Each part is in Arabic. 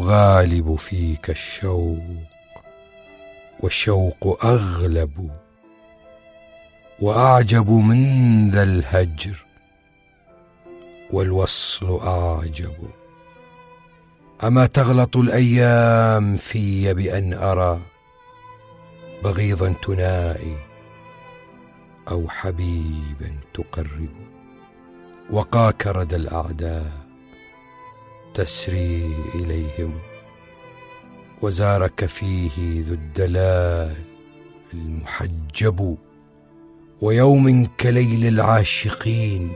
يغالب فيك الشوق، والشوق أغلب وأعجب من ذا الهجر، والوصل أعجب. أما تغلط الأيام في بأن أرى بغيضا تنائي أو حبيبا تقرب، وقاك ردى الأعداء تسري إليهم، وزارك فيه ذو الدلال المحجب. ويوم كليل العاشقين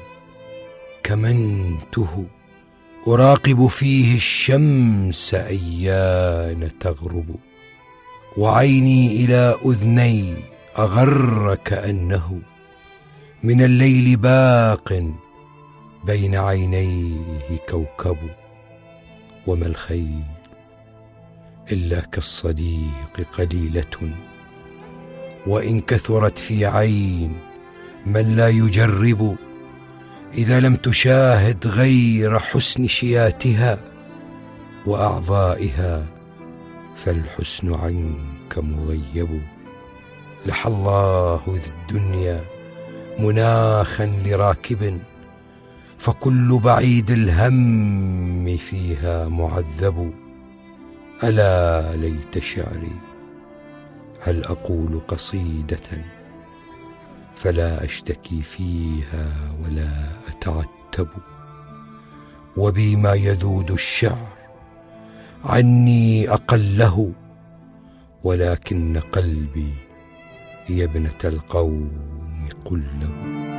كمنته، أراقب فيه الشمس أيان تغرب، وعيني إلى أذني أغر كأنه من الليل باق بين عينيه كوكب. وما الخيل إلا كالصديق قليلة، وإن كثرت في عين من لا يجرب، إذا لم تشاهد غير حسن شياتها وأعضائها فالحسن عنك مغيب. لحى الله ذي الدنيا مناخا لراكب، فكل بعيد الهم فيها معذب. ألا ليت شعري هل أقول قصيدة فلا أشتكي فيها ولا أتعتب، وبي ما يذود الشعر عني أقله، ولكن قلبي يا ابنة القوم قلب.